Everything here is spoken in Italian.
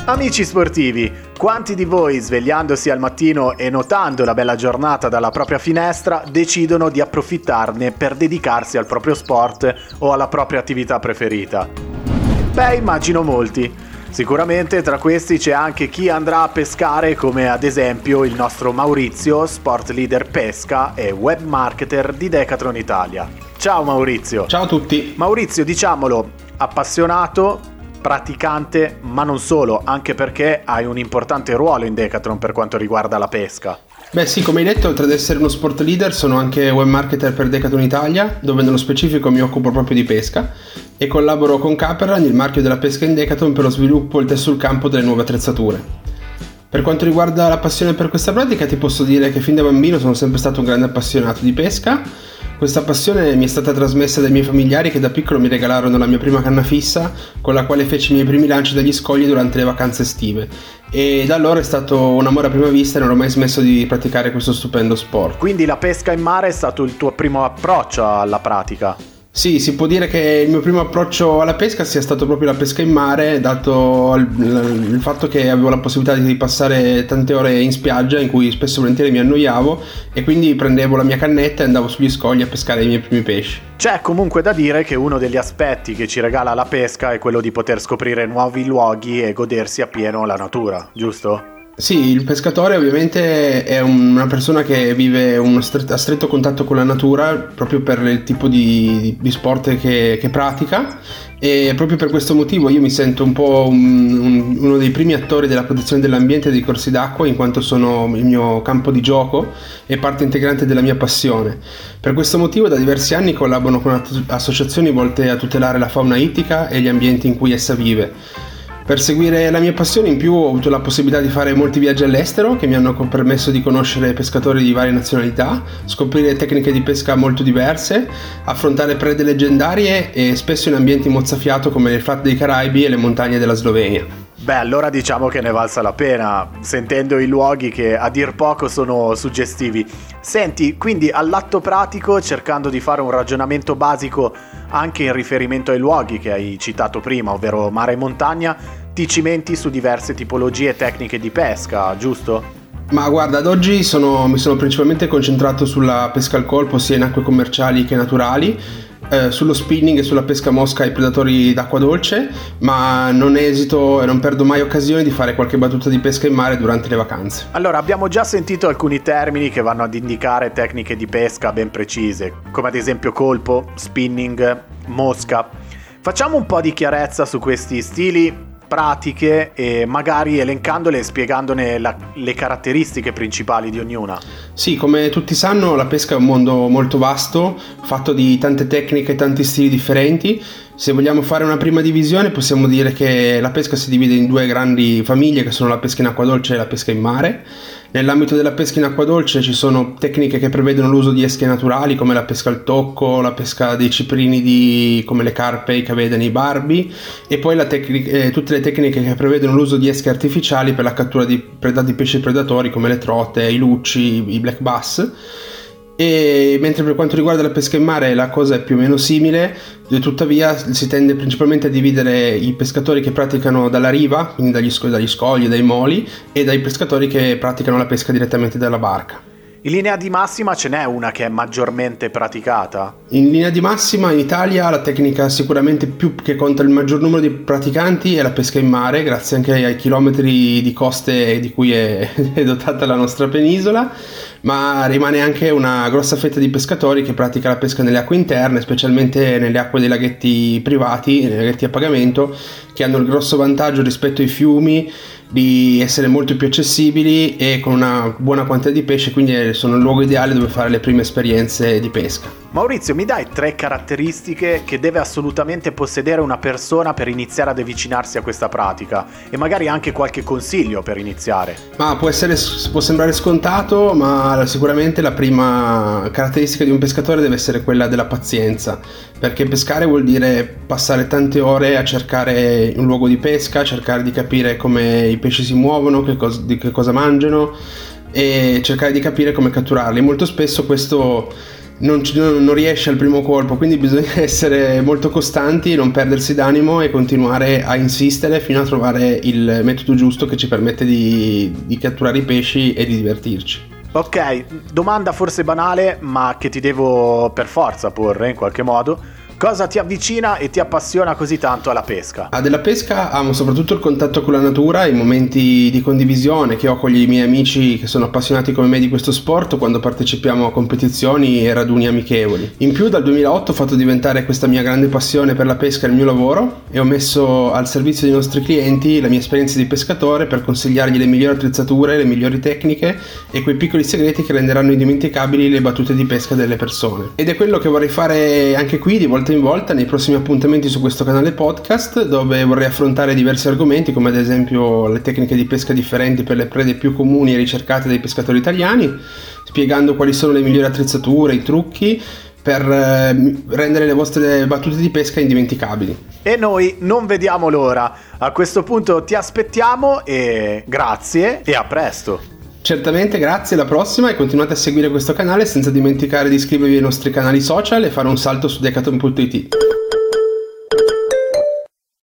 Amici sportivi, quanti di voi svegliandosi al mattino e notando la bella giornata dalla propria finestra decidono di approfittarne per dedicarsi al proprio sport o alla propria attività preferita? Beh, immagino molti. Sicuramente tra questi c'è anche chi andrà a pescare, come ad esempio il nostro Maurizio, sport leader pesca e web marketer di Decathlon Italia. Ciao Maurizio. Ciao a tutti. Maurizio, diciamolo, appassionato, praticante, ma non solo, anche perché hai un importante ruolo in Decathlon per quanto riguarda la pesca. Beh sì, come hai detto, oltre ad essere uno sport leader sono anche web marketer per Decathlon Italia, dove nello specifico mi occupo proprio di pesca e collaboro con Caperland, il marchio della pesca in Decathlon, per lo sviluppo e il test sul campo delle nuove attrezzature. Per quanto riguarda la passione per questa pratica, ti posso dire che fin da bambino sono sempre stato un grande appassionato di pesca. Questa passione mi è stata trasmessa dai miei familiari, che da piccolo mi regalarono la mia prima canna fissa con la quale feci i miei primi lanci dagli scogli durante le vacanze estive, e da allora è stato un amore a prima vista e non ho mai smesso di praticare questo stupendo sport. Quindi la pesca in mare è stato il tuo primo approccio alla pratica? Sì, si può dire che il mio primo approccio alla pesca sia stato proprio la pesca in mare, dato il fatto che avevo la possibilità di passare tante ore in spiaggia in cui spesso e volentieri mi annoiavo, e quindi prendevo la mia cannetta e andavo sugli scogli a pescare i miei primi pesci. C'è comunque da dire che uno degli aspetti che ci regala la pesca è quello di poter scoprire nuovi luoghi e godersi appieno la natura, giusto? Sì, il pescatore ovviamente è una persona che vive a stretto contatto con la natura, proprio per il tipo di sport che pratica, e proprio per questo motivo io mi sento un po' uno dei primi attori della protezione dell'ambiente e dei corsi d'acqua, in quanto sono il mio campo di gioco e parte integrante della mia passione. Per questo motivo da diversi anni collaboro con associazioni volte a tutelare la fauna ittica e gli ambienti in cui essa vive. Per seguire la mia passione in più ho avuto la possibilità di fare molti viaggi all'estero che mi hanno permesso di conoscere pescatori di varie nazionalità, scoprire tecniche di pesca molto diverse, affrontare prede leggendarie e spesso in ambienti mozzafiato come le flat dei Caraibi e le montagne della Slovenia. Beh, allora diciamo che ne valsa la pena, sentendo i luoghi che a dir poco sono suggestivi. Senti, quindi all'atto pratico, cercando di fare un ragionamento basico anche in riferimento ai luoghi che hai citato prima, ovvero mare e montagna, ti cimenti su diverse tipologie tecniche di pesca, giusto? Ma guarda, ad oggi mi sono principalmente concentrato sulla pesca al colpo, sia in acque commerciali che naturali, sullo spinning e sulla pesca mosca ai predatori d'acqua dolce, ma non esito e non perdo mai occasione di fare qualche battuta di pesca in mare durante le vacanze. Allora, abbiamo già sentito alcuni termini che vanno ad indicare tecniche di pesca ben precise, come ad esempio colpo, spinning, mosca. Facciamo un po' di chiarezza su questi stili, pratiche, e magari elencandole e spiegandone le caratteristiche principali di ognuna. Sì, come tutti sanno, la pesca è un mondo molto vasto, fatto di tante tecniche e tanti stili differenti. Se vogliamo fare una prima divisione, possiamo dire che la pesca si divide in due grandi famiglie, che sono la pesca in acqua dolce e la pesca in mare. Nell'ambito della pesca in acqua dolce ci sono tecniche che prevedono l'uso di esche naturali, come la pesca al tocco, la pesca dei ciprini come le carpe, i cavedani, i barbi, e poi tutte le tecniche che prevedono l'uso di esche artificiali per la cattura di pesci predatori come le trote, i lucci, i black bass. E mentre per quanto riguarda la pesca in mare la cosa è più o meno simile, tuttavia si tende principalmente a dividere i pescatori che praticano dalla riva, quindi dagli scogli, dai moli, e dai pescatori che praticano la pesca direttamente dalla barca. In linea di massima ce n'è una che è maggiormente praticata? In linea di massima in Italia la tecnica sicuramente più che conta il maggior numero di praticanti è la pesca in mare, grazie anche ai chilometri di coste di cui è dotata la nostra penisola, ma rimane anche una grossa fetta di pescatori che pratica la pesca nelle acque interne, specialmente nelle acque dei laghetti privati, nei laghetti a pagamento, che hanno il grosso vantaggio rispetto ai fiumi di essere molto più accessibili e con una buona quantità di pesce, quindi sono il luogo ideale dove fare le prime esperienze di pesca. Maurizio, mi dai 3 caratteristiche che deve assolutamente possedere una persona per iniziare ad avvicinarsi a questa pratica, e magari anche qualche consiglio per iniziare? Ma può sembrare scontato, ma sicuramente la prima caratteristica di un pescatore deve essere quella della pazienza, perché pescare vuol dire passare tante ore a cercare un luogo di pesca, cercare di capire come i pesci si muovono, di che cosa mangiano, e cercare di capire come catturarli. Molto spesso questo non riesce al primo colpo, quindi bisogna essere molto costanti, non perdersi d'animo e continuare a insistere fino a trovare il metodo giusto che ci permette di catturare i pesci e di divertirci. Ok, domanda forse banale, ma che ti devo per forza porre in qualche modo. Cosa ti avvicina e ti appassiona così tanto alla pesca? Della pesca amo soprattutto il contatto con la natura, i momenti di condivisione che ho con i miei amici che sono appassionati come me di questo sport quando partecipiamo a competizioni e raduni amichevoli. In più dal 2008 ho fatto diventare questa mia grande passione per la pesca il mio lavoro e ho messo al servizio dei nostri clienti la mia esperienza di pescatore per consigliargli le migliori attrezzature, le migliori tecniche e quei piccoli segreti che renderanno indimenticabili le battute di pesca delle persone. Ed è quello che vorrei fare anche qui di volta in volta nei prossimi appuntamenti su questo canale podcast, dove vorrei affrontare diversi argomenti come ad esempio le tecniche di pesca differenti per le prede più comuni e ricercate dai pescatori italiani, spiegando quali sono le migliori attrezzature, i trucchi per rendere le vostre battute di pesca indimenticabili. E noi non vediamo l'ora. A questo punto ti aspettiamo e grazie e a presto. Certamente, grazie, alla prossima, e continuate a seguire questo canale senza dimenticare di iscrivervi ai nostri canali social e fare un salto su Decathlon.it.